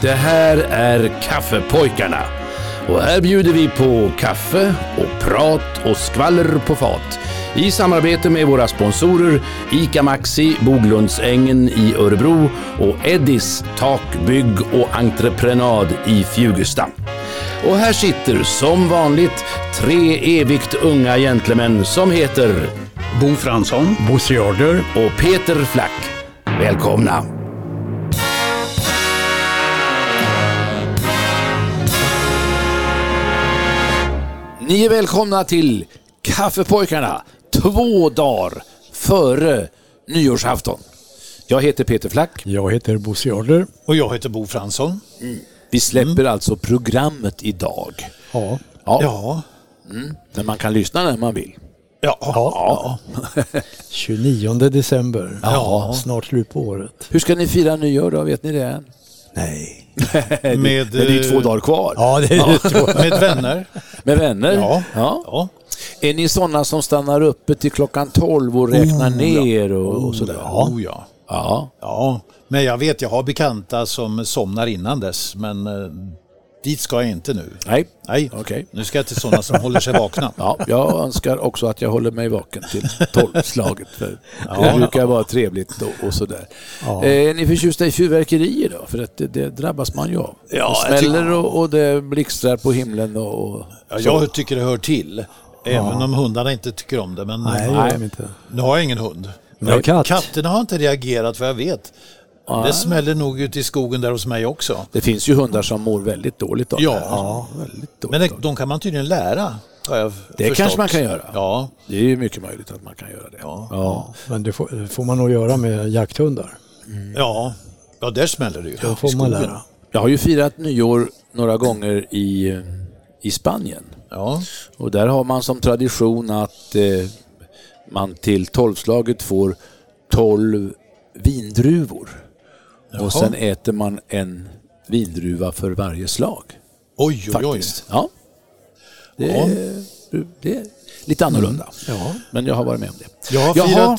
Det här är Kaffepojkarna. Och här bjuder vi på kaffe och prat och skvaller på fat. I samarbete med våra sponsorer ICA Maxi, Boglundsängen i Örebro och Eddis takbygg och entreprenad i Fjugesta. Och här sitter som vanligt 3 evigt unga gentlemän som heter Bo Fransson, Bosse Jorder och Peter Flack. Välkomna! Ni är välkomna till Kaffepojkarna 2 dagar före nyårsafton. Jag heter Peter Flack. Jag heter Bosse Jorder. och jag heter Bo Fransson. Vi släpper alltså programmet idag. Ja. Ja. Men man kan lyssna när man vill. Ja. 29 december. Ja. Snart slut på året. Hur ska ni fira nyår då? Vet ni det än? Nej. Med, Men det är ju 2 dagar kvar. Ja, det är med vänner. Med vänner? Ja. Ja. Är ni sådana som stannar uppe till klockan 12 och räknar ner och sådär? Ja. Men jag vet, jag har bekanta som somnar innan dess, men dit ska jag inte nu. Nej. Okej. Nu ska jag till sådana som håller sig vakna. Ja, jag önskar också att jag håller mig vaken till 12-slaget. För det brukar vara trevligt och sådär. Ja. Är ni förtjusta i fyrverkerier då? För att det drabbas man ju av. Ja, det smäller och det blixtrar på himlen. Jag tycker det hör till. Även om hundarna inte tycker om det. Men Nej. Inte. Nu har jag ingen hund. Men Katterna har inte reagerat vad jag vet. Det smäller nog ut i skogen där hos mig också. Det finns ju hundar som mår väldigt dåligt av Ja. väldigt dåligt. Men de kan man tydligen lära. Det kanske man kan göra. Ja. Det är ju mycket möjligt att man kan göra det. Ja. Men det får man nog göra med jakthundar. Ja, där smäller det ju. Då får man lära. Jag har ju firat nyår några gånger i Spanien. Ja. Och där har man som tradition att man till 12-slaget får 12 vindruvor. Jaha. Och sen äter man en vindruva för varje slag. Oj. Ja. Det är lite annorlunda. Ja. Men jag har varit med om det. Jag har firat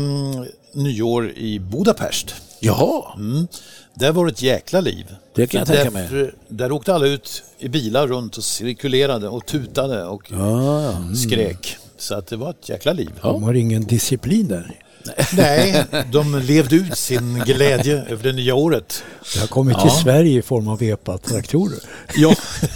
nyår i Budapest. Jaha. Där var det ett jäkla liv. Det kan jag tänka mig. Där åkte alla ut i bilar runt och cirkulerade och tutade och skrek. Så att det var ett jäkla liv. De har ingen disciplin där. Nej, de levde ut sin glädje över det nya året. Det har kommit till Sverige i form av EPA-traktorer. Ja.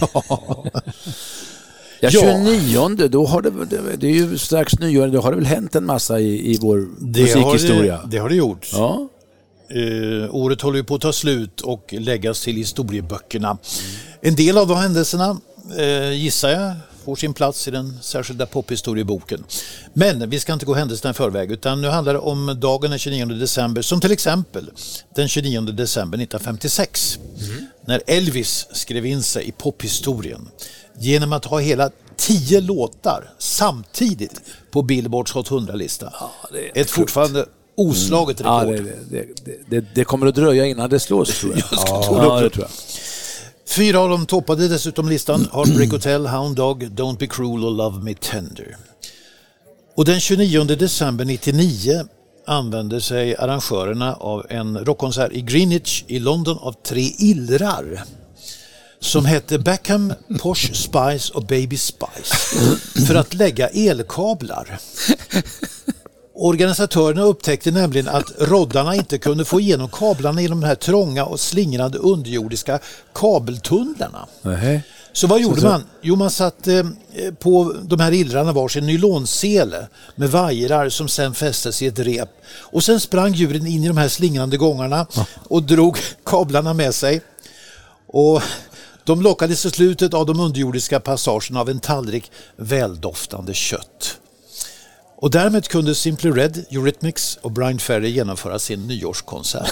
29, då har det är ju strax nyår, då har det väl hänt en massa i vår musikhistoria. Det har det gjort. Ja. Året håller ju på att ta slut och läggas till historieböckerna. En del av de händelserna gissar jag får sin plats i den särskilda pophistorieboken. Men vi ska inte gå händelserna i förväg, utan nu handlar det om dagen den 29 december, som till exempel den 29 december 1956 när Elvis skrev in sig i pophistorien genom att ha hela 10 låtar samtidigt på Billboards Hot 100-lista. Ett fortfarande oslaget rekord. Det kommer att dröja innan det slås, tror jag. Det tror jag. 4 av dem toppade dessutom listan. Heartbreak Hotel, Hound Dog, Don't Be Cruel och Love Me Tender. Och den 29 december 1999 använde sig arrangörerna av en rockkonsert i Greenwich i London av 3 illrar som hette Beckham, Posh Spice och Baby Spice för att lägga elkablar. Organisatörerna upptäckte nämligen att roddarna inte kunde få igenom kablarna genom de här trånga och slingrande underjordiska kabeltunnlarna. Så vad gjorde man? Jo, man satte på de här illrarna varsin nylonsele med vajrar som sen fästes i ett rep. Och sen sprang djuren in i de här slingrande gångarna och drog kablarna med sig. Och de lockades i slutet av de underjordiska passagerna av en tallrik väldoftande kött. Och därmed kunde Simply Red, Eurythmics och Brian Ferry genomföra sin nyårskonsert.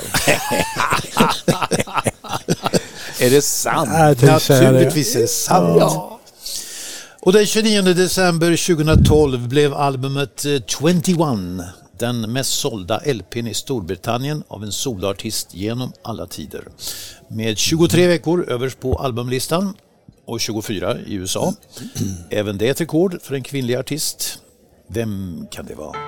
Är det sant? Naturligtvis är det sant. Ja. Och den 29 december 2012 blev albumet 21 den mest sålda LP:n i Storbritannien av en soloartist genom alla tider. Med 23 veckor överst på albumlistan och 24 i USA. Även det är ett rekord för en kvinnlig artist. Vem kan det vara?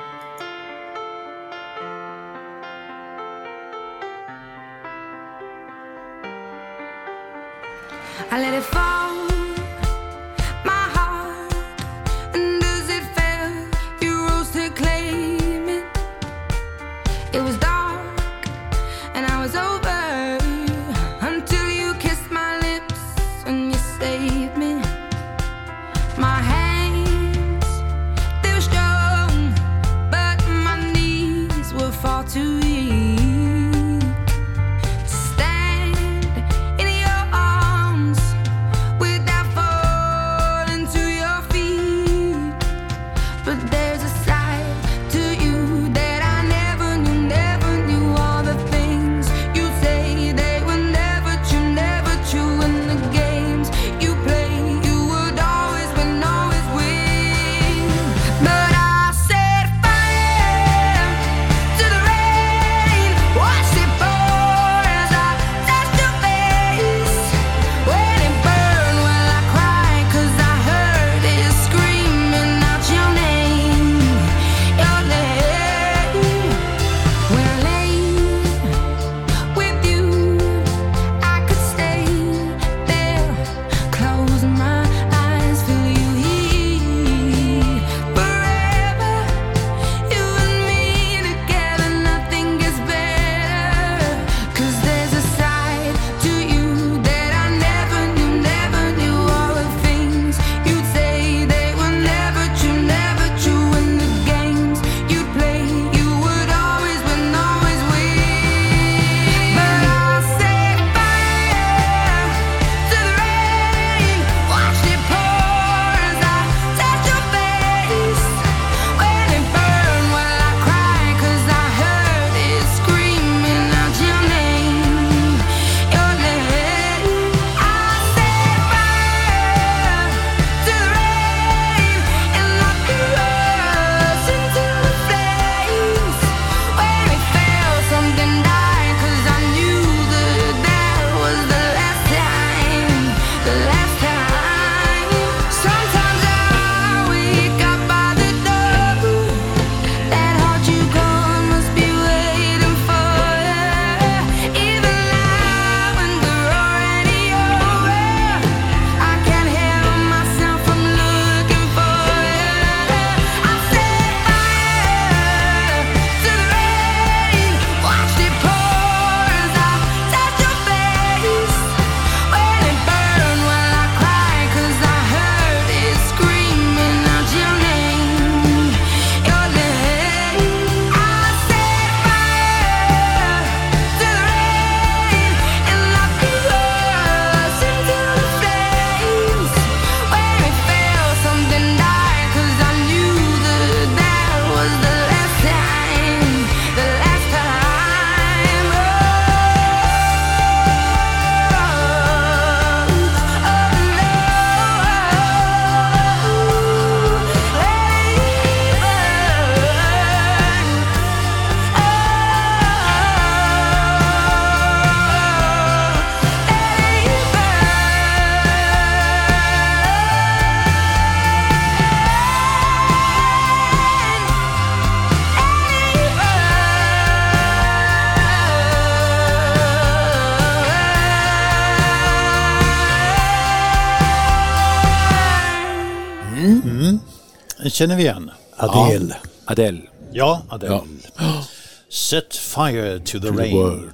Känner vi igen? Adele. Ja. Adele. Ja, Adele. Ja. Set fire to the rain.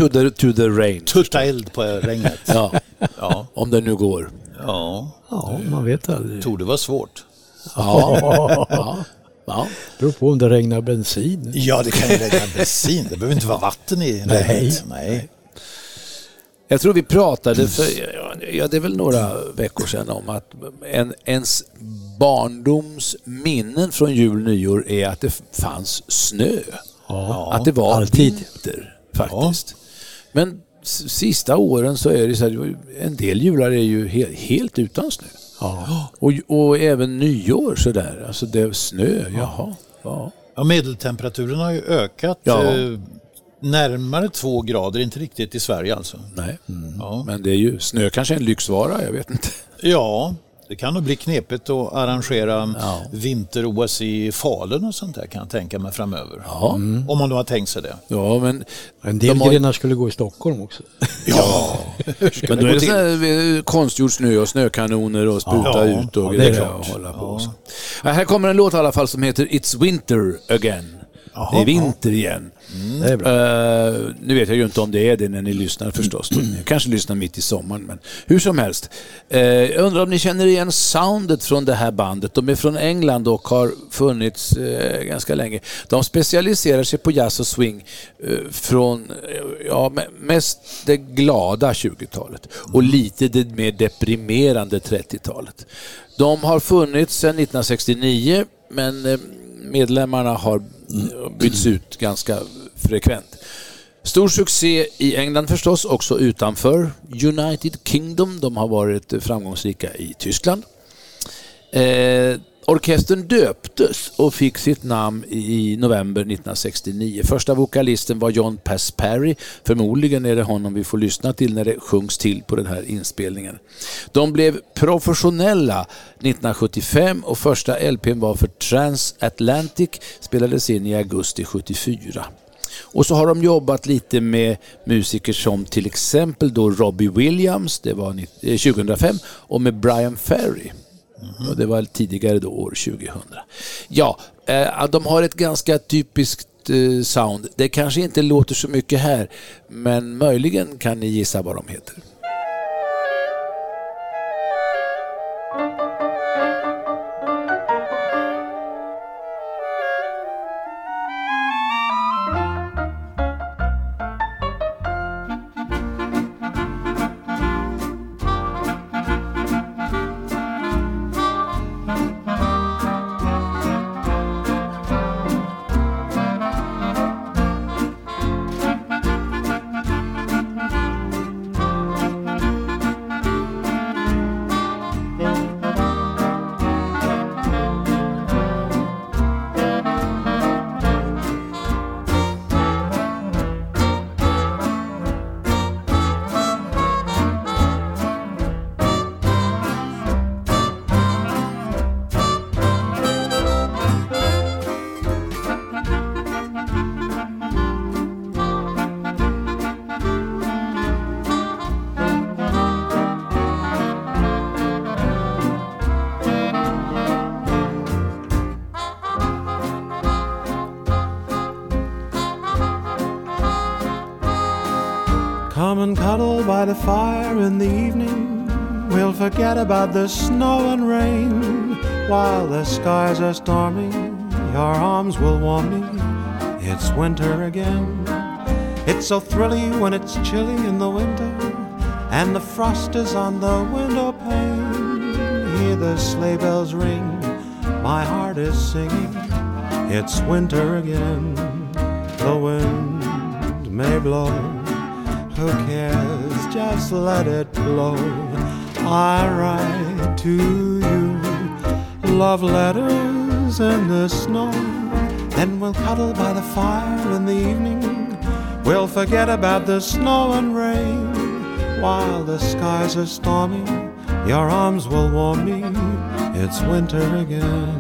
To the rain. Tutta eld på regnet. Ja. Ja, om det nu går. Ja. Ja, man vet aldrig. Tror det var svårt. Ja. Ja. Beror på om det regnar bensin. Ja, det kan ju regna bensin. Det behöver inte vara vatten i. Nej. Jag tror vi pratade för det är väl några veckor sedan om att ens barndoms minnen från jul, nyår är att det fanns snö. Ja, att det var alltid vinter faktiskt. Ja. Men sista åren så är det så här, en del jular är ju helt utan snö. Ja. Och även nyår så där. Alltså det är snö. Jaha. Ja. Ja, medeltemperaturen har ju ökat. Ja. Närmare 2 grader, inte riktigt i Sverige alltså. Nej, men det är ju, snö kanske är en lyxvara, jag vet inte. Ja, det kan nog bli knepigt att arrangera vinter-OS i Falun och sånt där, kan jag tänka mig framöver. Ja. Om man då har tänkt sig det. Ja, men en del grenar skulle gå i Stockholm också. Ja, men då är det sån här konstgjord snö och snökanoner och spruta ut och grejer och hålla på. Ja. Här kommer en låt i alla fall som heter It's Winter Again. Det är vinter igen. Det är bra. Nu vet jag ju inte om det är det när ni lyssnar förstås. Ni kanske lyssnar mitt i sommaren, men hur som helst. Jag undrar om ni känner igen soundet från det här bandet. De är från England och har funnits ganska länge. De specialiserar sig på jazz och swing från mest det glada 20-talet och lite det mer deprimerande 30-talet. De har funnits sedan 1969, men medlemmarna har bytts ut ganska frekvent. Stor succé i England förstås, också utanför United Kingdom. De har varit framgångsrika i Tyskland. Orkestern döptes och fick sitt namn i november 1969. Första vokalisten var John Pass-Parry. Förmodligen är det honom vi får lyssna till när det sjungs till på den här inspelningen. De blev professionella 1975 och första LP:n var för Transatlantic, spelades in i augusti 74. Och så har de jobbat lite med musiker som till exempel då Robbie Williams, det var 2005, och med Brian Ferry. Och det var tidigare då år 2000. Ja, de har ett ganska typiskt sound. Det kanske inte låter så mycket här, men möjligen kan ni gissa vad de heter. Come and cuddle by the fire in the evening. We'll forget about the snow and rain. While the skies are stormy, your arms will warm me. It's winter again. It's so thrilling when it's chilly in the winter, and the frost is on the window pane. Hear the sleigh bells ring, my heart is singing. It's winter again. The wind may blow, who cares, just let it blow. I write to you love letters in the snow. Then we'll cuddle by the fire in the evening. We'll forget about the snow and rain. While the skies are stormy, your arms will warm me. It's winter again.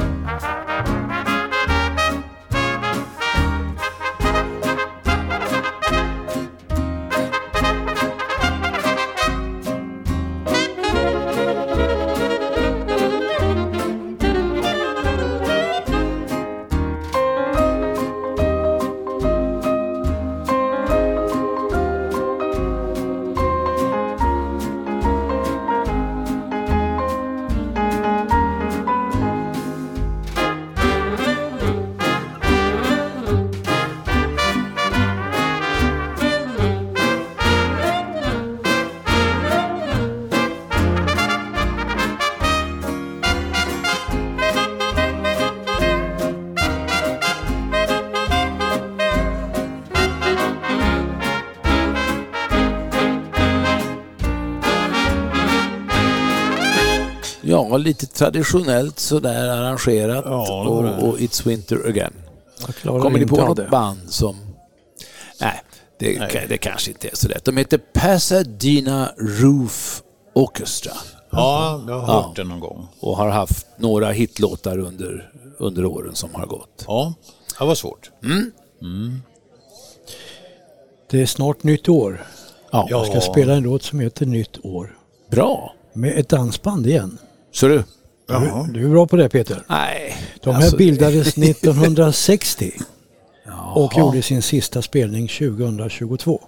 Ja, lite traditionellt sådär arrangerat. Ja, och It's Winter Again. Kommer ni på något band som... Nej, det kanske inte är så lätt. De heter Pasadena Roof Orchestra. Ja, jag har hört det någon gång. Och har haft några hitlåtar under åren som har gått. Ja, det var svårt. Det är snart nytt år. Ja. Jag ska spela en låt som heter Nytt år. Bra. Med ett dansband igen. Så du är bra på det, Peter? Nej. De här bildades 1960. Och gjorde sin sista spelning 2022.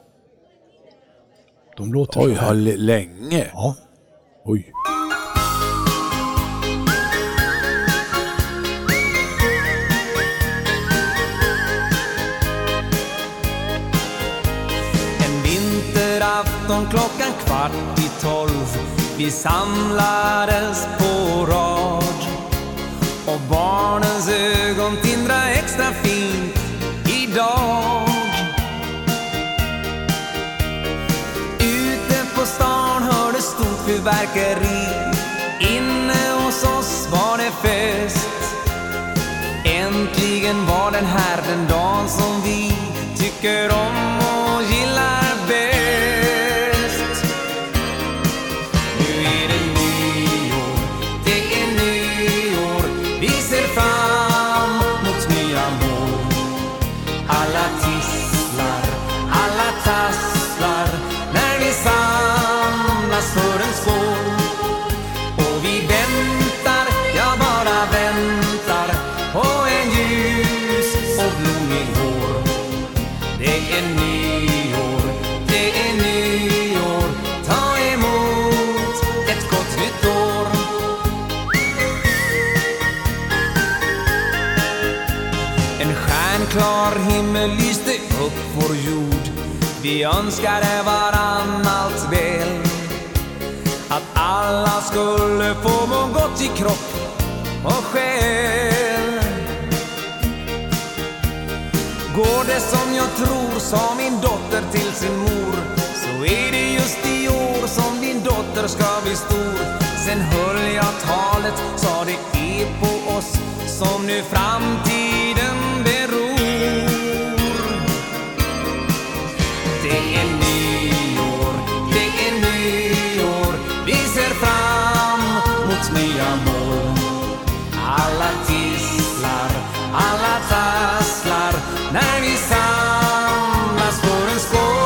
De låter oj, har länge. Ja. Oj. En vinterafton 11:15 vi samlades på rad och barnens ögon tindrar extra fint idag. Ute på stan hördes stort fyrverkeri. Inne hos oss var det fest. Äntligen var den här den dagen som vi tycker om och gillar bäst. Nu är det nyår, det är nyår. Vi ser fram mot nya mål. Alla tisslar, alla tasslar när vi samlas för en skål. Och vi väntar, ja bara väntar på en ljus och blommig vår. Det är nyår, det är nyår. Ta emot ett gott nytt år. En stjärnklar himmel lyste upp vår jord. Vi önskade varann allt väl. Att alla skulle få må gott i kropp och själ. Går det som jag tror, sa min dotter till sin mor, så är det just i år som din dotter ska bli stor. Sen höll jag talet, sa det är på oss som nu framtiden beror. Det är nyår, det är nyår. Vi ser fram mot nya mål. Alla tisslar, alla tasslar när vi samlas för en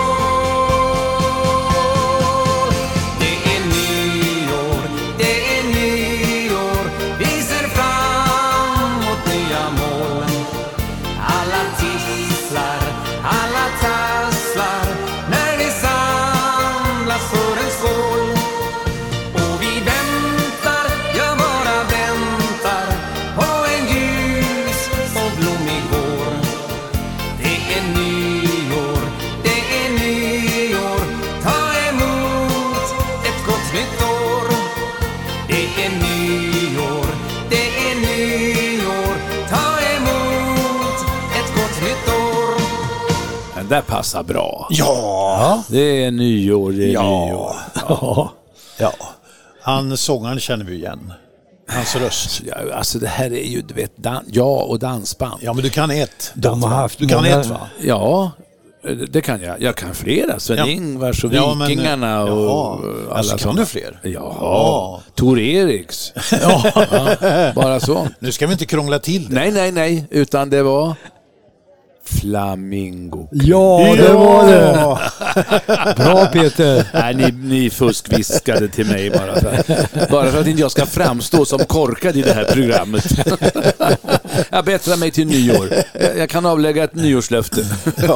skål. Det är nyår, det är nyår. Vi ser fram mot nya mål. Alla tisslar, alla tasslar när vi samlas för en skål. Och vi väntar, ja bara väntar på en ljus och blommig vår. Det är nyår, det är nyår. Ta emot ett gott nytt år. Det är nyår, det är nyår. Ta emot ett gott nytt år. Den där passar bra. Ja. Det är nyår, det är nyår. Ja. Sångaren känner vi igen. Hans röst. Ja, alltså det här är ju, du vet, jag och dansband. Ja, men du kan ett. De har haft Du kan många- ett, va? Ja, det kan jag. Jag kan flera. Sven-Ingvars och Vikingarna och alla alltså, kan sådana. du fler? Ja. Tor Eriks. Ja. Bara så. Nu ska vi inte krångla till det. Nej, utan det var Flamingo. Ja, det var det. Bra Peter. Nej, ni fuskviskade till mig bara för att inte jag ska framstå som korkad i det här programmet. Jag bättrar mig till nyår. Jag kan avlägga ett nyårslöfte.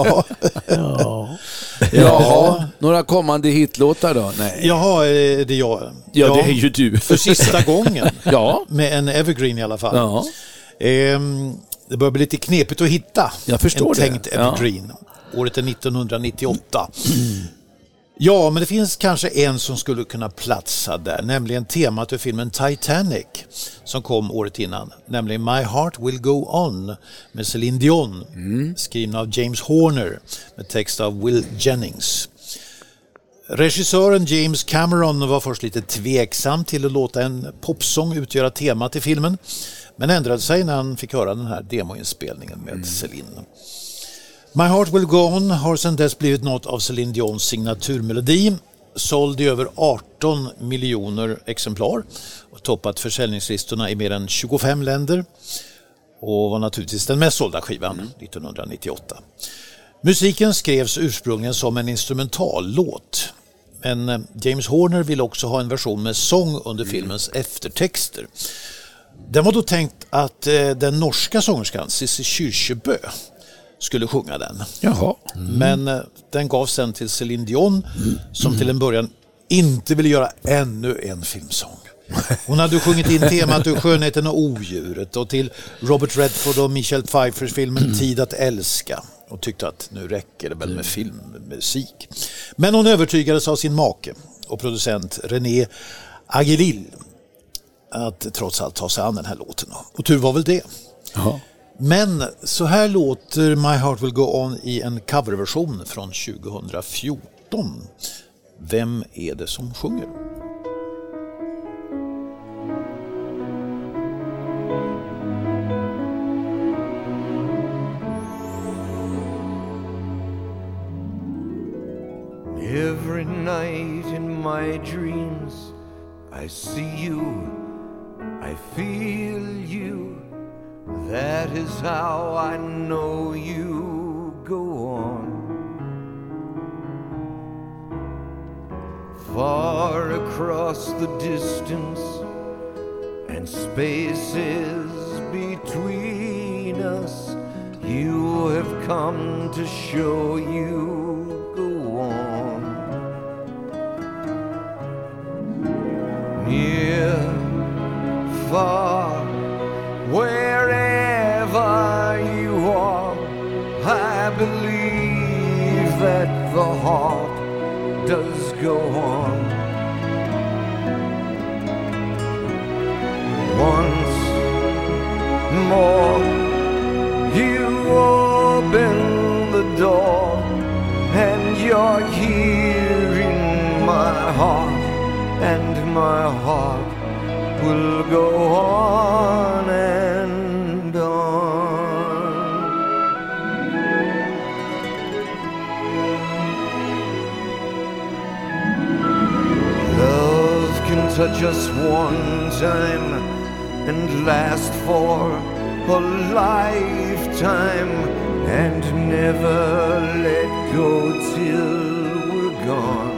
Jaha, några kommande hitlåtar då? Nej. Jaha, det är jag. Ja, det är ju du. För sista gången. Ja. Med en evergreen i alla fall. Ja. Det börjar bli lite knepigt att hitta Jag förstår en det. tänkt evergreen. Året är 1998. Ja, men det finns kanske en som skulle kunna platsa där, nämligen temat för filmen Titanic som kom året innan, nämligen My Heart Will Go On med Celine Dion, skriven av James Horner med text av Will Jennings. Regissören James Cameron var först lite tveksam till att låta en popsång utgöra temat i filmen, men ändrade sig när han fick höra den här demoinspelningen med Celine. My Heart Will Go On har sedan dess blivit något av Celine Dions signaturmelodi, såld i över 18 miljoner exemplar och toppat försäljningslistorna i mer än 25 länder och var naturligtvis den mest sålda skivan 1998. Musiken skrevs ursprungligen som en instrumentallåt, men James Horner ville också ha en version med sång under filmens eftertexter. Den var då tänkt att den norska sångerskan Sissy Kyrkjebø skulle sjunga den. Jaha. Men den gavs sen till Céline Dion som till en början inte ville göra ännu en filmsång. Hon hade sjungit in temat ur Skönheten och odjuret och till Robert Redford och Michelle Pfeiffers filmen Tid att älska och tyckte att nu räcker det väl med filmmusik. Men hon övertygades av sin make och producent René Agilil att trots allt ta sig an den här låten. Och tur var väl det. Jaha. Men så här låter My Heart Will Go On i en coverversion från 2014. Vem är det som sjunger? Every night in my dreams I see you, I feel you. That is how I know you go on. Far across the distance and spaces between us, you have come to show you go on. Near, far, wherever you are, I believe that the heart does go on. Once more, you open the door, and you're here in my heart, and my heart will go on and on. Love can touch us one time and last for a lifetime, and never let go till we're gone.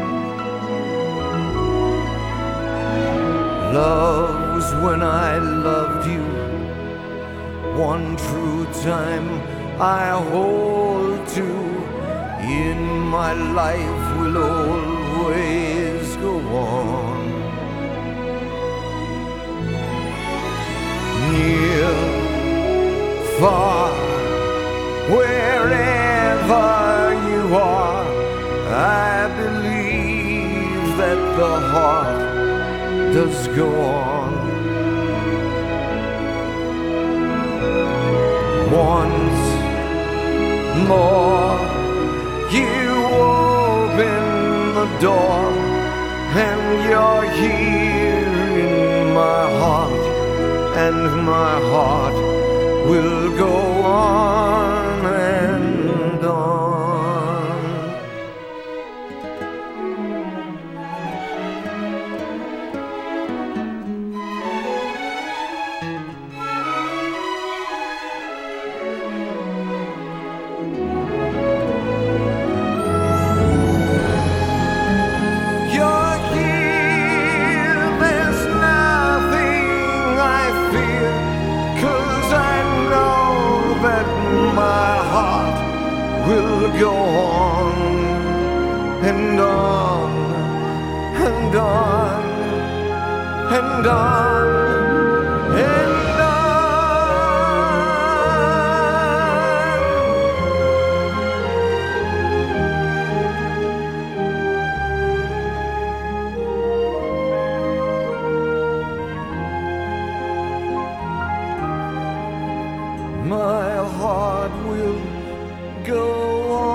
Love was when I loved you, one true time I hold to. In my life will always go on. Near, far, wherever you are, I believe that the heart does go on. Once more, you open the door, and you're here in my heart, and my heart will go on and on. Go on and on and on and on and on. My heart will go.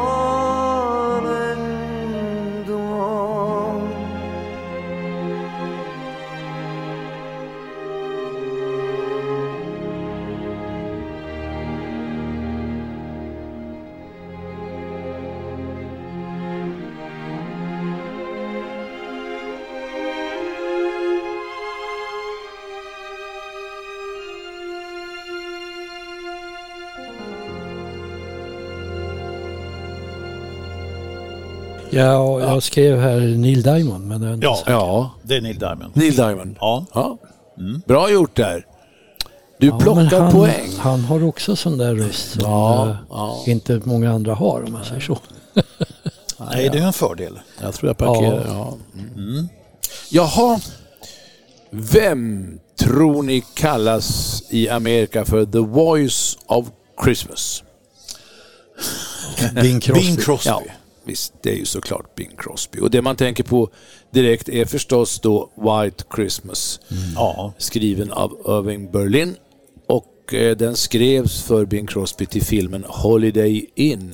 Ja, jag skrev här Neil Diamond. Men ja, det är Neil Diamond. Neil Diamond. Ja. Bra gjort där. Du plockar poäng. Han har också sån där röst som inte många andra har, om man säger så. Nej, det är en fördel. Jag tror jag parkerar. Ja. Jaha, vem tror ni kallas i Amerika för The Voice of Christmas? Bing Crosby. Bing Crosby. Ja, visst, det är ju såklart Bing Crosby. Och det man tänker på direkt är förstås då White Christmas. Skriven av Irving Berlin. Och den skrevs för Bing Crosby till filmen Holiday Inn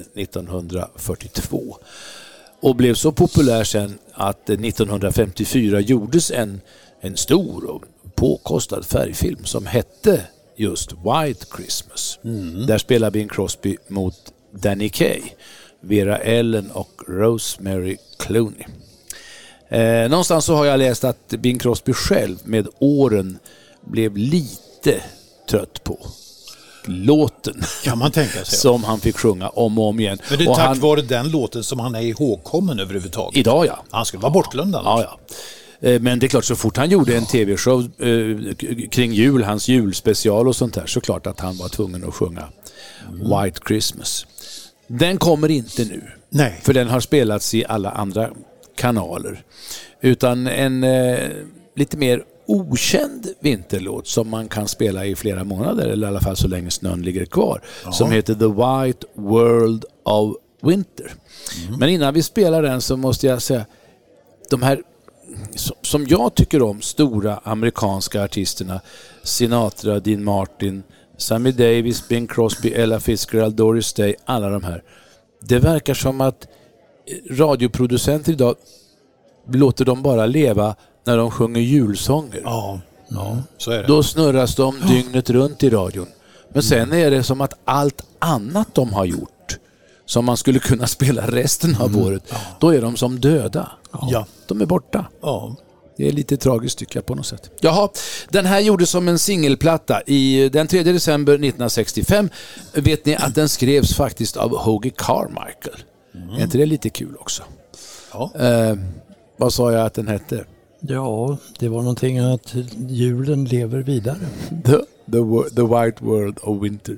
1942. Och blev så populär sen att 1954 gjordes en stor och påkostad färgfilm som hette just White Christmas. Där spelar Bing Crosby mot Danny Kaye, Vera Ellen och Rosemary Clooney. Någonstans så har jag läst att Bing Crosby själv med åren blev lite trött på låten, kan man tänka sig, som han fick sjunga om och om igen. Men det är tack vare den låten som han är ihågkommen överhuvudtaget. Idag, ja. Han skulle vara bortglömd annars. Ja. Men det är klart, så fort han gjorde en tv-show kring jul, hans julspecial och sånt där, så klart att han var tvungen att sjunga White Christmas. Den kommer inte nu. Nej. För den har spelats i alla andra kanaler. Utan en lite mer okänd vinterlåt som man kan spela i flera månader, eller i alla fall så länge snön ligger kvar, som heter The White World of Winter. Men innan vi spelar den så måste jag säga, de här som jag tycker om, stora amerikanska artisterna, Sinatra, Dean Martin, Sammy Davis, Bing Crosby, Ella Fitzgerald, Doris Day, alla de här. Det verkar som att radioproducenter idag låter dem bara leva när de sjunger julsånger. Ja, så är det. Då snurras de dygnet runt i radion. Men sen är det som att allt annat de har gjort, som man skulle kunna spela resten av året, då är de som döda. Ja. De är borta. Ja. Det är lite tragiskt tycker jag på något sätt. Jaha, den här gjordes som en singelplatta i den 3 december 1965. Vet ni att den skrevs faktiskt av Hoagy Carmichael? Är inte det lite kul också? Ja. Vad sa jag att den hette? Ja, det var någonting att julen lever vidare. The White World of Winter.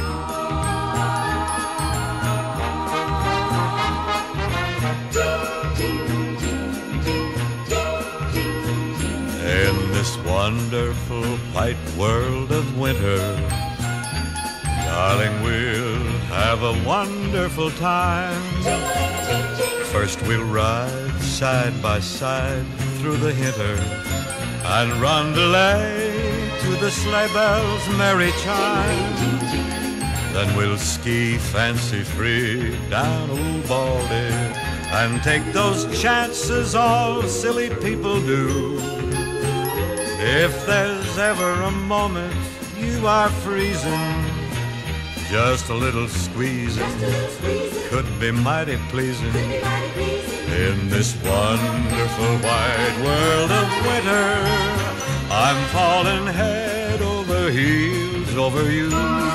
In this wonderful white world of winter, darling, we'll have a wonderful time. First we'll ride side by side through the winter and roundelay to the sleigh bells' merry chime. Then we'll ski fancy-free down Old Baldy and take those chances all silly people do. If there's ever a moment you are freezing, just a little squeezing could be mighty pleasing. In this wonderful wide world of winter, I'm falling head over heels over you.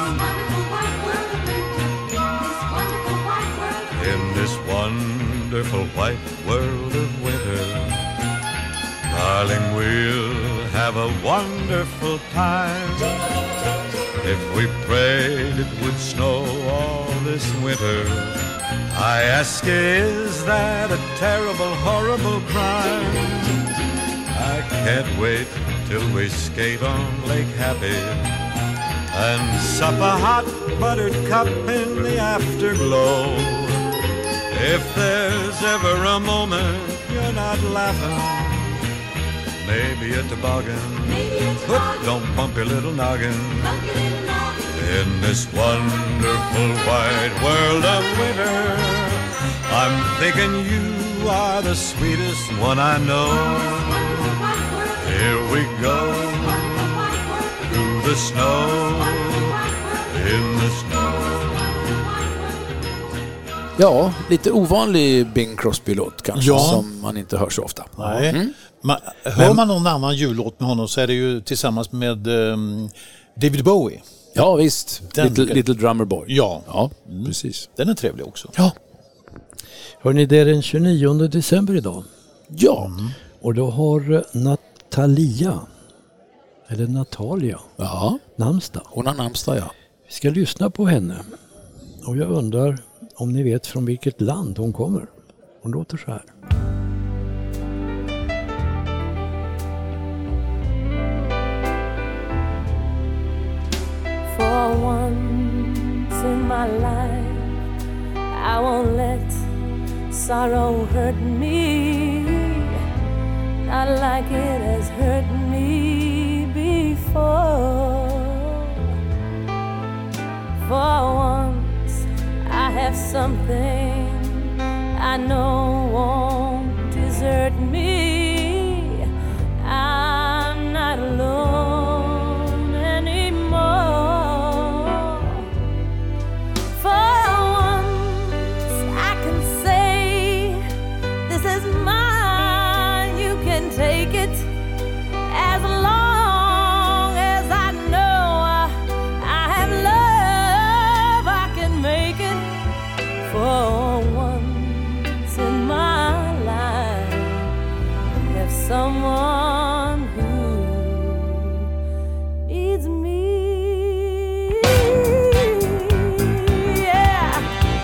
In this wonderful white world of winter, darling, we'll have a wonderful time. If we prayed it would snow all this winter, I ask, is that a terrible, horrible crime? I can't wait till we skate on Lake Happy and sup a hot buttered cup in the afterglow. If there's ever a moment you're not laughing, maybe a toboggan, don't bump your little noggin. In this wonderful wide world of winter, I'm thinking you are the sweetest one I know. Here we go through the snow, in the snow. Ja, lite ovanlig Bing Crosby-låt kanske, som man inte hör så ofta. Nej. Hör man någon annan jullåt med honom så är det ju tillsammans med David Bowie. Ja visst, Little Drummer Boy. Ja, precis. Den är trevlig också. Ja. Hörrni, det är den 29 december idag. Ja. Och då har Natalia eller Natalia. Ja. Namnsdag. Hon har namnsdag, ja. Vi ska lyssna på henne. Och jag undrar om ni vet från vilket land hon kommer. Hon låter så här. For once in my life I won't let sorrow hurt me, not like it has hurt me before. For once I have something I know won't desert me. I'm not alone anymore. For once I can say this is mine. You can take it as long as I know I have love. I can make it. For once in my life I have someone who needs me. Yeah.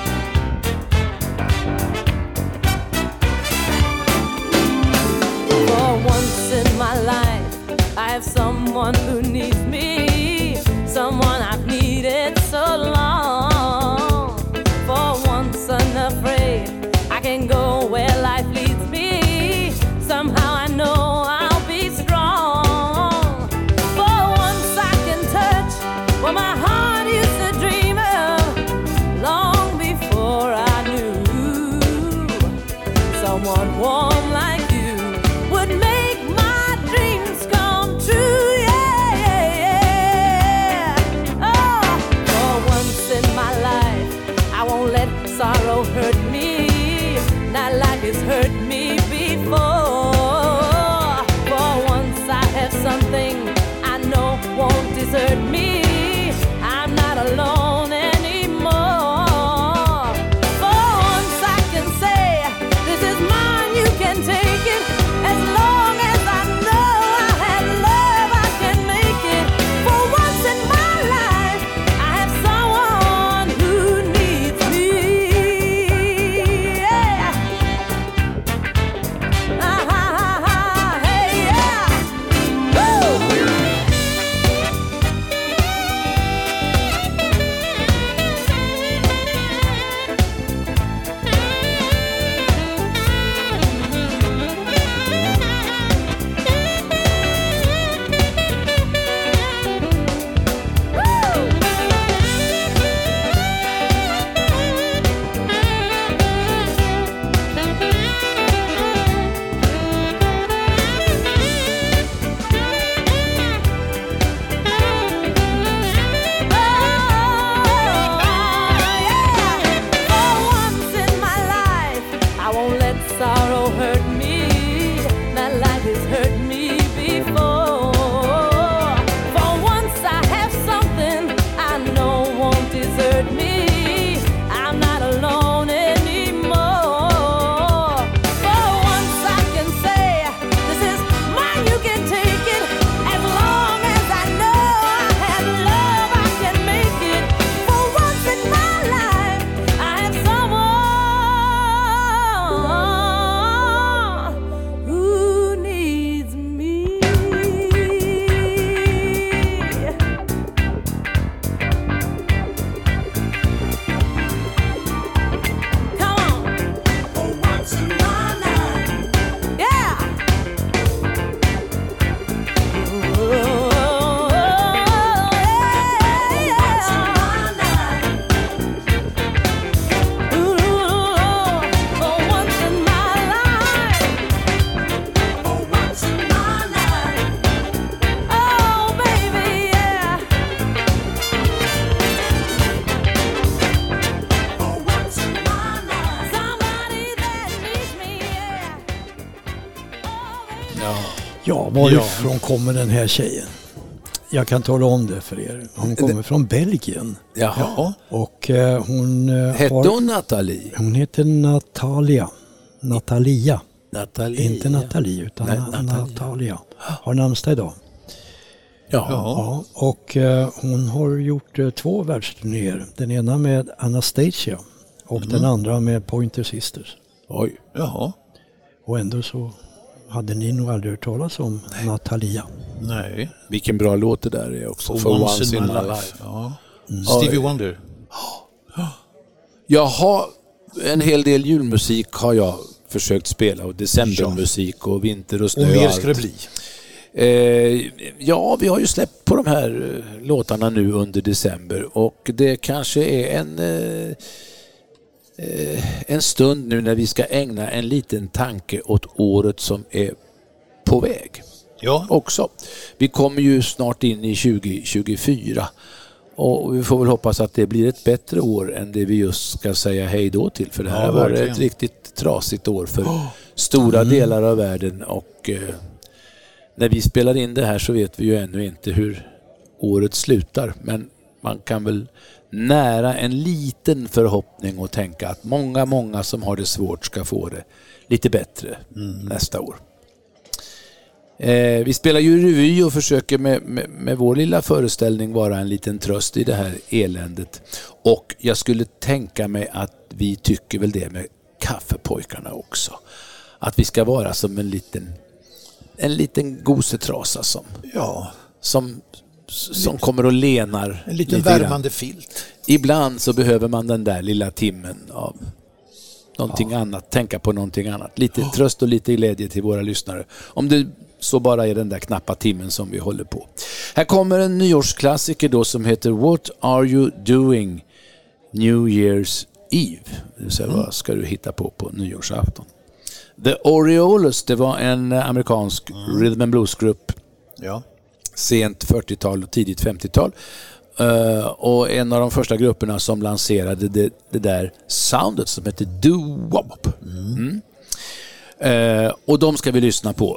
For once in my life I have someone who needs me, someone I've needed so long. For once unafraid I can go where life leads me. Somehow I know I'll be strong. For once I can touch what my heart used to dream of long before I knew someone warm like you would make my dreams come true. Yeah, yeah, yeah. Oh, for once in my life I won't let sorrow hurt me, not like it's hurt me before. For once I have something I know won't desert me. I'm not alone anymore. For once I can say this is mine. You can take it as long as I know I have love. I can make it. For once in my life I have someone who needs me. Yeah. Hey, yeah. Woo. Sorrow hurt me, not like it's hurt me before. For once I have something I know won't desert me. I'm not alone anymore. For once I can say this is mine. You can take it as long as I know I have love. I can make it. For once in my life I have someone who needs me. Come on. For once in my life. Yeah. Ja, varifrån kommer den här tjejen? Jag kan tala om det för er. Hon kommer från Belgien. Jaha. Och hon Hette hon Nathalie? Hon heter Natalia. Natalia. Inte Nathalie utan Nej, Natalia. Har namnsdag idag. Ja, och hon har gjort 2 världsturnéer. Den ena med Anastasia och den andra med Pointer Sisters. Oj. Jaha. Och ändå så hade ni nog aldrig hört talas om Natalia. Nej. Vilken bra låt det där är också. For once in my life. Ja. Stevie Wonder. Jag har en hel del julmusik har jag försökt spela, och decembermusik och vinter och snö och mer allt. ska det bli. Ja, vi har ju släppt på de här låtarna nu under december, och det kanske är en stund nu när vi ska ägna en liten tanke åt året som är på väg. Ja. Också. Vi kommer ju snart in i 2024. Och vi får väl hoppas att det blir ett bättre år än det vi just ska säga hej då till. För det här var ett riktigt trasigt år för stora delar av världen. Och när vi spelar in det här så vet vi ju ännu inte hur året slutar. Men man kan väl nära en liten förhoppning och tänka att många som har det svårt ska få det lite bättre nästa år. Vi spelar ju revy och försöker med vår lilla föreställning vara en liten tröst i det här eländet. Och jag skulle tänka mig att vi tycker väl det med Kaffepojkarna också. Att vi ska vara som en liten gosetrasa som kommer och lenar. En liten värmande filt. Ibland så behöver man den där lilla timmen av någonting annat, tänka på någonting annat. Lite tröst och lite glädje till våra lyssnare. Om det så bara är den där knappa timmen som vi håller på. Här kommer en nyårsklassiker då som heter What Are You Doing New Year's Eve? Det vill säga, vad ska du hitta på nyårsafton? The Orioles, det var en amerikansk rhythm and bluesgrupp. Ja. Sent 40-tal och tidigt 50-tal. Och en av de första grupperna som lanserade det där soundet som heter doo-wop. Och de ska vi lyssna på.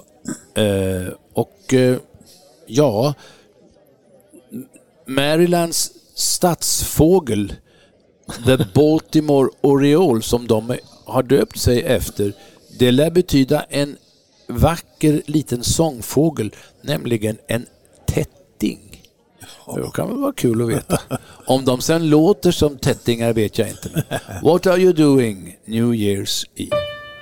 Marylands stadsfågel, The Baltimore Oriole, som de har döpt sig efter, det lär betyda en vacker liten sångfågel, nämligen en tätting. Det kan väl vara kul att veta. Om de sen låter som tättingar vet jag inte. What are you doing New Year's Eve?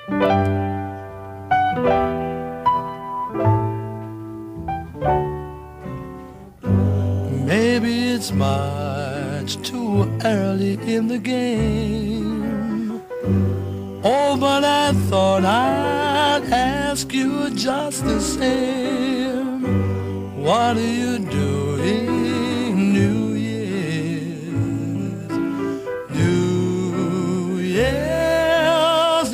Maybe it's much too early in the game. Oh, but I thought I'd ask you just the same. What are you doing New Year's? New Year's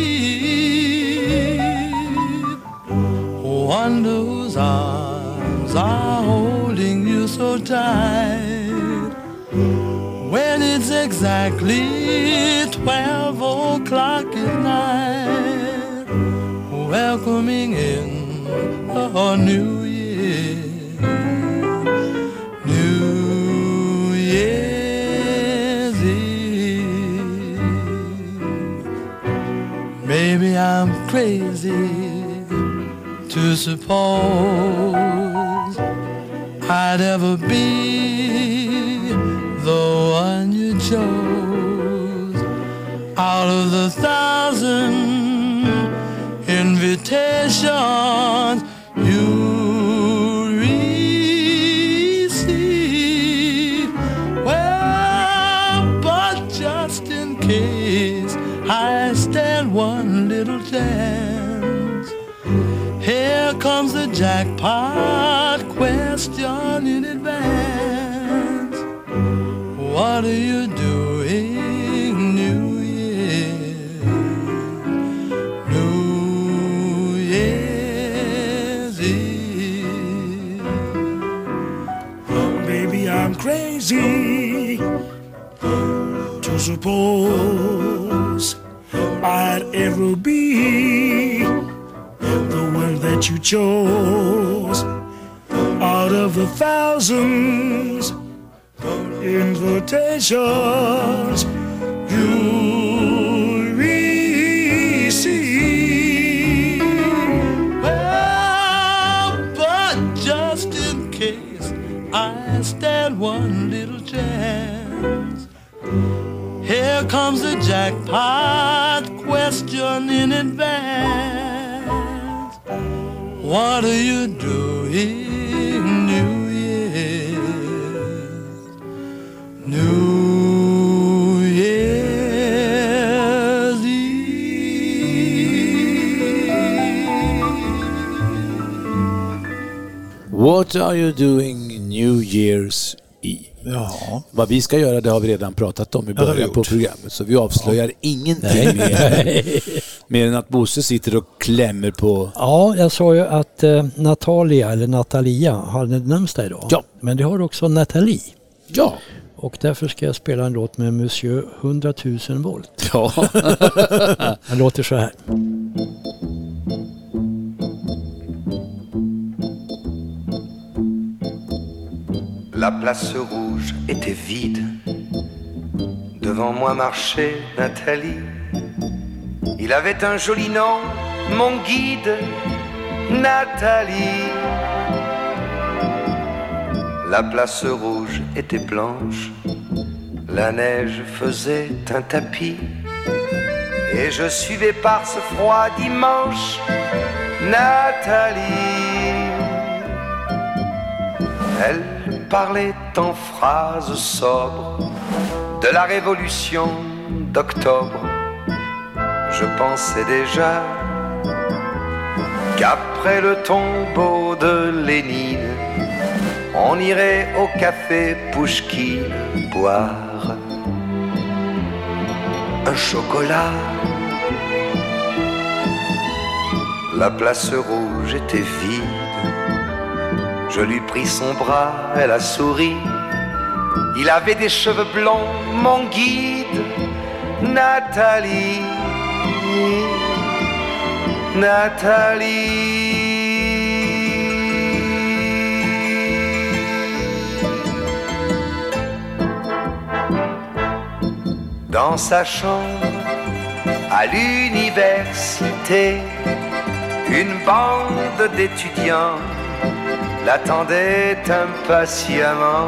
Eve. Wonder whose arms are holding you so tight when it's exactly 12 o'clock at night, welcoming in a new year, New Year's Eve. Maybe I'm crazy to suppose I'd ever be the one you chose out of the 1,000 invitations you receive. Well, but just in case I stand one little chance, here comes the jackpot question in advance. What are you doing New Year? New Year's Eve. Oh, baby, I'm crazy to suppose I'd ever be the one that you chose out of the thousands invitations you receive. Well, but just in case I stand one little chance. Here comes the jackpot question in advance. What are you doing New Year's? New Year's Eve. What are you doing New Year's Eve? Ja. Vad vi ska göra, det har vi redan pratat om i början på programmet, så vi avslöjar ingenting mer än att Bosse sitter och klämmer på. Ja, jag sa ju att Natalia eller Natalia hade namnsdag idag. Ja. Men det har också Nathalie. Ja. Och därför ska jag spela en låt med Monsieur 100 000 volt. Ja. Den låter så här. La place rouge était vide. Devant moi marchait Nathalie. Il avait un joli nom, mon guide, Nathalie. La place rouge était blanche. La neige faisait un tapis. Et je suivais par ce froid dimanche Nathalie. Elle parlait en phrases sobres de la révolution d'octobre. Je pensais déjà qu'après le tombeau de Lénine, on irait au café Pouchkine boire un chocolat. La place rouge était vide. Je lui pris son bras, elle a souri. Il avait des cheveux blonds, mon guide, Nathalie. Nathalie. Dans sa chambre, à l'université, une bande d'étudiants l'attendait impatiemment.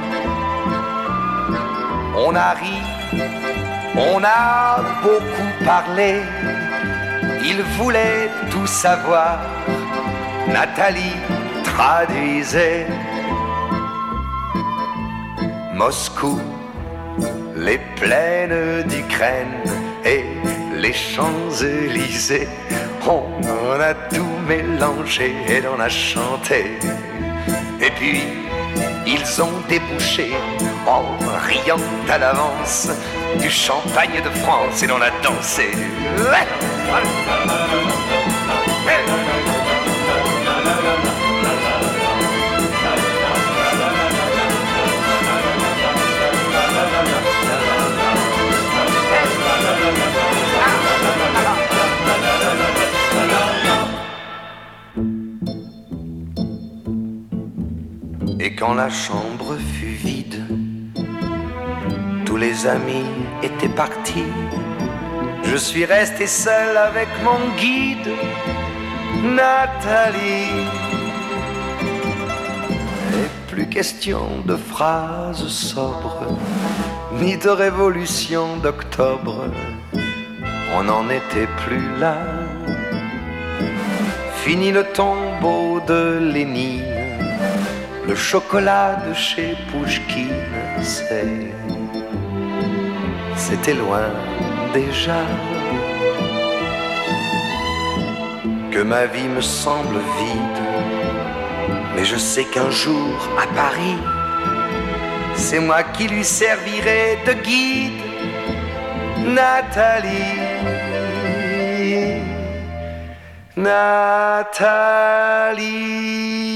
On a ri, on a beaucoup parlé. Il voulait tout savoir. Nathalie traduisait. Moscou, les plaines d'Ukraine et les Champs-Élysées. On en a tout mélangé et l'on a chanté. Et puis, ils ont débouché, en riant à l'avance, du champagne de France et l'on a dansé. Et quand la chambre fut vide, tous les amis étaient partis. Je suis resté seul avec mon guide, Nathalie. Et plus question de phrases sobres, ni de révolution d'octobre. On n'en était plus là. Fini le tombeau de Lénine. Le chocolat de chez Pouchkine, c'était loin déjà. Que ma vie me semble vide, mais je sais qu'un jour à Paris, c'est moi qui lui servirai de guide, Nathalie. Nathalie.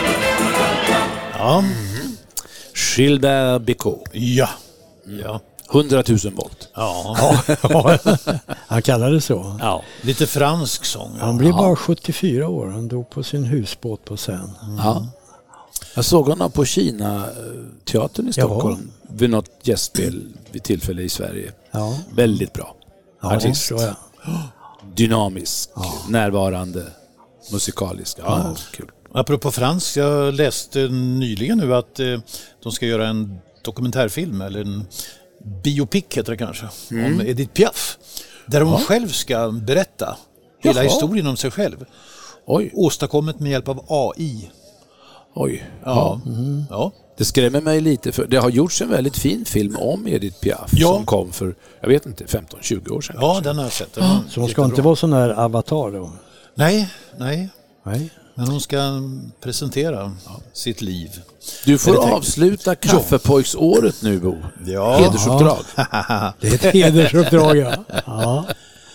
Ja. Gilbert Bécaud. Ja. 100 000 volt. Ja. Han kallade det så. Ja. Lite fransk sång. Han blev bara 74 år. Han dog på sin husbåt på Seine. Ja. Jag såg honom på Kina-teatern i Stockholm vid något gästspel vid tillfälle i Sverige. Ja. Väldigt bra. Artist. Ja. Dynamisk, närvarande, musikalisk. Ja, kul. Apropå fransk, jag läste nyligen nu att de ska göra en dokumentärfilm eller en biopic heter det kanske, om Edith Piaf. Där hon själv ska berätta hela historien om sig själv. Åstadkommet med hjälp av AI. Oj. Ja. Det skrämmer mig lite, för det har gjorts en väldigt fin film om Edith Piaf som kom för, jag vet inte, 15-20 år sedan. Ja, den har jag sett. Så hon ska inte vara sån här avatar då? Nej. Men hon ska presentera sitt liv. Du får avsluta kaffepojksåret nu, Bo. Ja. Hedersuppdrag. Det är ett hedersuppdrag, ja.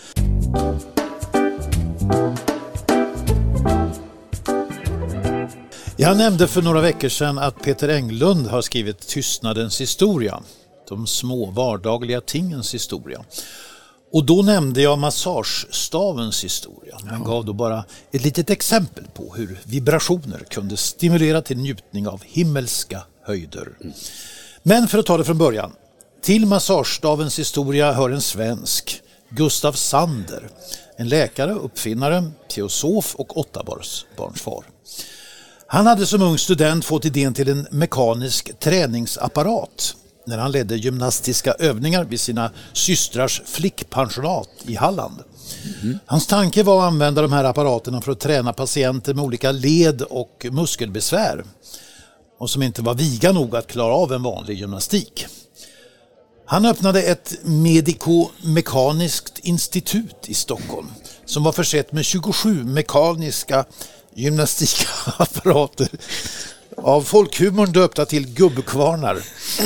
Jag nämnde för några veckor sedan att Peter Englund har skrivit Tystnadens historia. De små vardagliga tingens historia. Och då nämnde jag massagestavens historia. Men gav då bara ett litet exempel på hur vibrationer kunde stimulera till njutning av himmelska höjder. Men för att ta det från början. Till massagestavens historia hör en svensk, Gustav Sander. En läkare, uppfinnare, teosof och 8-barnsfar. Han hade som ung student fått idén till en mekanisk träningsapparat när han ledde gymnastiska övningar vid sina systrars flickpensionat i Halland. Hans tanke var att använda de här apparaterna för att träna patienter med olika led- och muskelbesvär och som inte var viga nog att klara av en vanlig gymnastik. Han öppnade ett medikomekaniskt institut i Stockholm som var försett med 27 mekaniska gymnastikapparater av folkhumorn döpta till gubbkvarnar.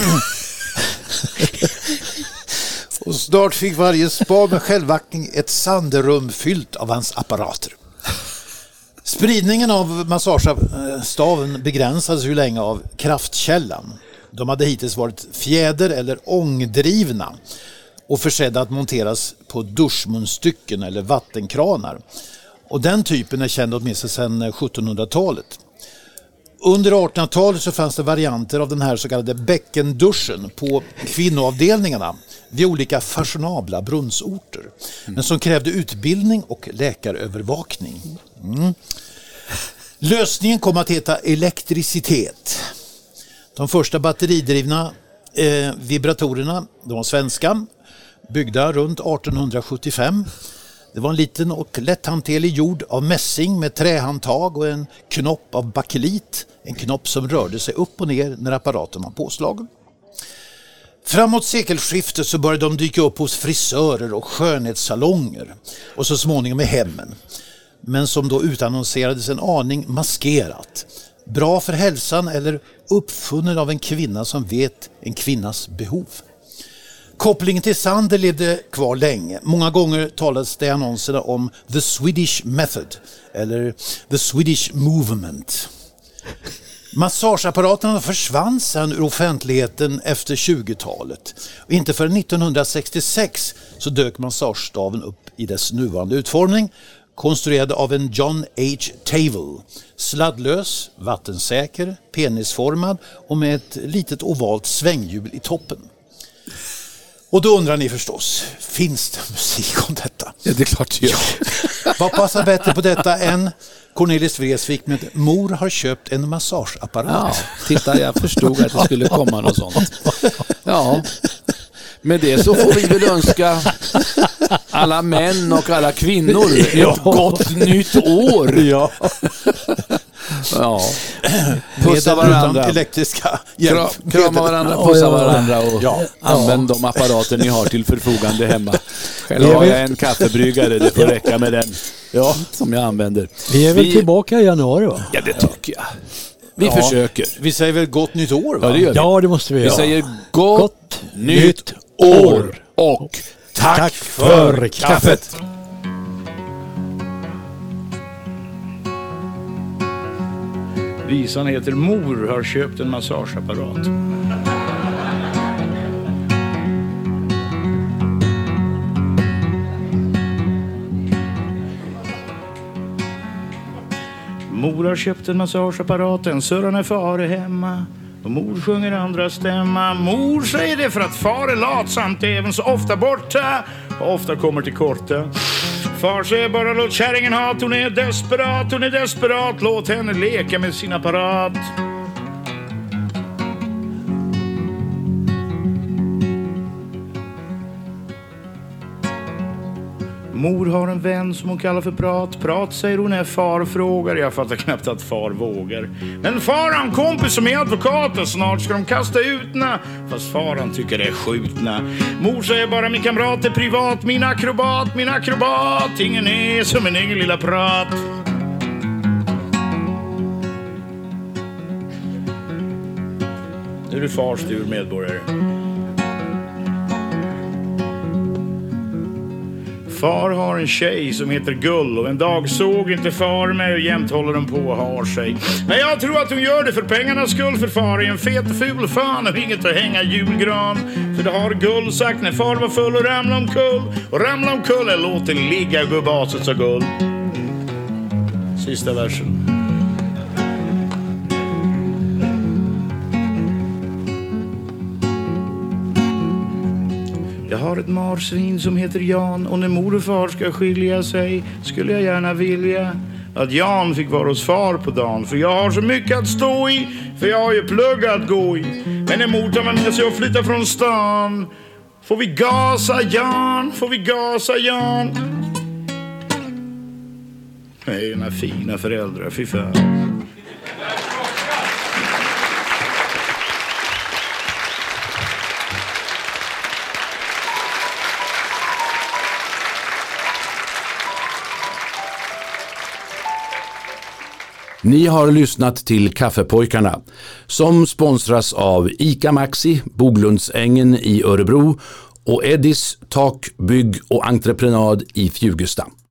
Och snart fick varje spa med självaktning ett sanderum fyllt av hans apparater. Spridningen av massagestaven begränsades ju länge av kraftkällan. De hade hittills varit fjäder- eller ångdrivna och försedda att monteras på duschmunstycken eller vattenkranar. Och den typen är känd åtminstone sedan 1700-talet. Under 1800-talet så fanns det varianter av den här så kallade bäckenduschen på kvinnoavdelningarna vid olika fashionabla brunnsorter. Men som krävde utbildning och läkarövervakning. Lösningen kom att heta elektricitet. De första batteridrivna vibratorerna, de var svenska, byggda runt 1875. Det var en liten och lätthanterlig jord av mässing med trähandtag och en knopp av bakelit. En knopp som rörde sig upp och ner när apparaten var påslagen. Framåt sekelskiftet så började de dyka upp hos frisörer och skönhetssalonger och så småningom i hemmen. Men som då utannonserades en aning maskerat. Bra för hälsan eller uppfunnen av en kvinna som vet en kvinnas behov. Kopplingen till Sander levde kvar länge. Många gånger talades det i annonserna om The Swedish Method eller The Swedish Movement. Massageapparaterna försvann sedan ur offentligheten efter 20-talet. Och inte förrän 1966 så dök massagestaven upp i dess nuvarande utformning, konstruerad av en John H. Tavel. Sladdlös, vattensäker, penisformad och med ett litet ovalt svänghjul i toppen. Och då undrar ni förstås, finns det musik om detta? Ja, det är klart det gör. Vad passar bättre på detta än Cornelis Vreeswijk med Mor har köpt en massageapparat? Ja, titta, jag förstod att det skulle komma något sånt. Ja, med det så får vi väl önska alla män och alla kvinnor ett gott nytt år. Ja. Ja. Pussa varandra. Elektriska krama varandra, pussa varandra och använd de apparater ni har till förfogande hemma. Själv har jag en kaffebryggare, det får räcka med den som jag använder. Vi är väl tillbaka i januari, va? Ja, det tycker jag. Vi försöker. Vi säger väl gott nytt år, va? Ja, det gör vi. Ja, det måste vi. Vi säger gott nytt år och tack för kaffet. Visan heter Mor har köpt en massageapparat. Mor har köpt en massageapparat, en surran är far är hemma. Och mor sjunger andra stämma. Mor säger det för att far är lat samt även så ofta borta och ofta kommer till korta. Far säger bara låt kärringen ha, hon är desperat, låt henne leka med sin apparat. Mor har en vän som hon kallar för Prat säger hon när far frågar. Jag fattar knappt att far vågar. Men far har en kompis som är advokat och snart ska de kasta utna. Fast far han tycker det är skjutna. Mor säger bara min kamrat är privat. Min akrobat. Ingen är som en egen lilla prat. Nu är du fars tur medborgare. Far har en tjej som heter Gull och en dag såg inte far mig och jämt håller de på och har sig. Men jag tror att hon gör det för pengarnas skull, för far är en fet och ful fan och inget att hänga julgran. För det har Gull sagt när far var full och ramla omkull är låten ligga gubbaset så Gull. Sista versen. Jag har ett marsvin som heter Jan och när mor och far ska skilja sig skulle jag gärna vilja att Jan fick vara hos far på dagen. För jag har så mycket att stå i, för jag har ju plugg att gå i. Men när mor tar man med sig och flyttar från stan, får vi gasa Jan. Nej, ena fina föräldrar, fy fan. Ni har lyssnat till Kaffepojkarna som sponsras av ICA Maxi, Boglundsängen i Örebro och Eddis Tak, bygg och entreprenad i Fjugesta.